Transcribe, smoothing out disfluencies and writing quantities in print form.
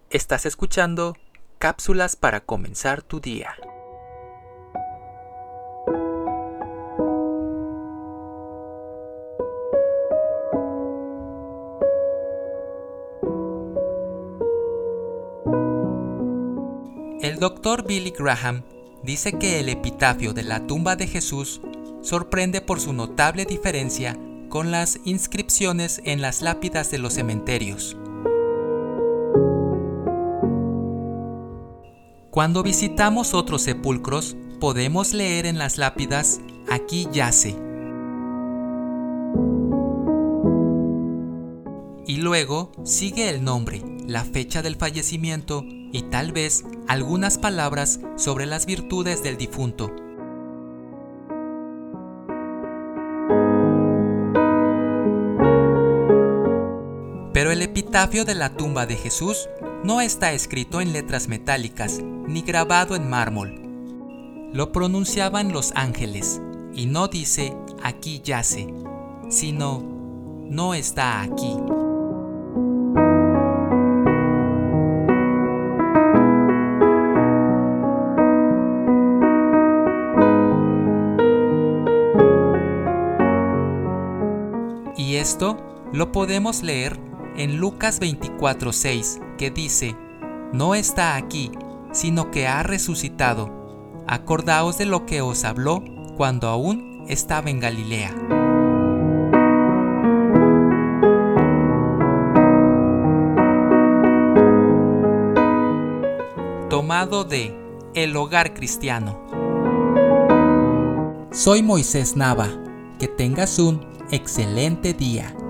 Estás escuchando cápsulas para comenzar tu día. El Dr. Billy Graham dice que el epitafio de la tumba de Jesús sorprende por su notable diferencia con las inscripciones en las lápidas de los cementerios. Cuando visitamos otros sepulcros, podemos leer en las lápidas "Aquí yace". Y luego sigue el nombre, la fecha del fallecimiento y tal vez algunas palabras sobre las virtudes del difunto. Pero el epitafio de la tumba de Jesús no está escrito en letras metálicas ni grabado en mármol. Lo pronunciaban los ángeles y no dice "aquí yace", sino "no está aquí". Y esto lo podemos leer en Lucas 24:6, que dice: "No está aquí, sino que ha resucitado. Acordaos de lo que os habló cuando aún estaba en Galilea". Tomado de El Hogar Cristiano. Soy Moisés Nava. Que tengas un excelente día.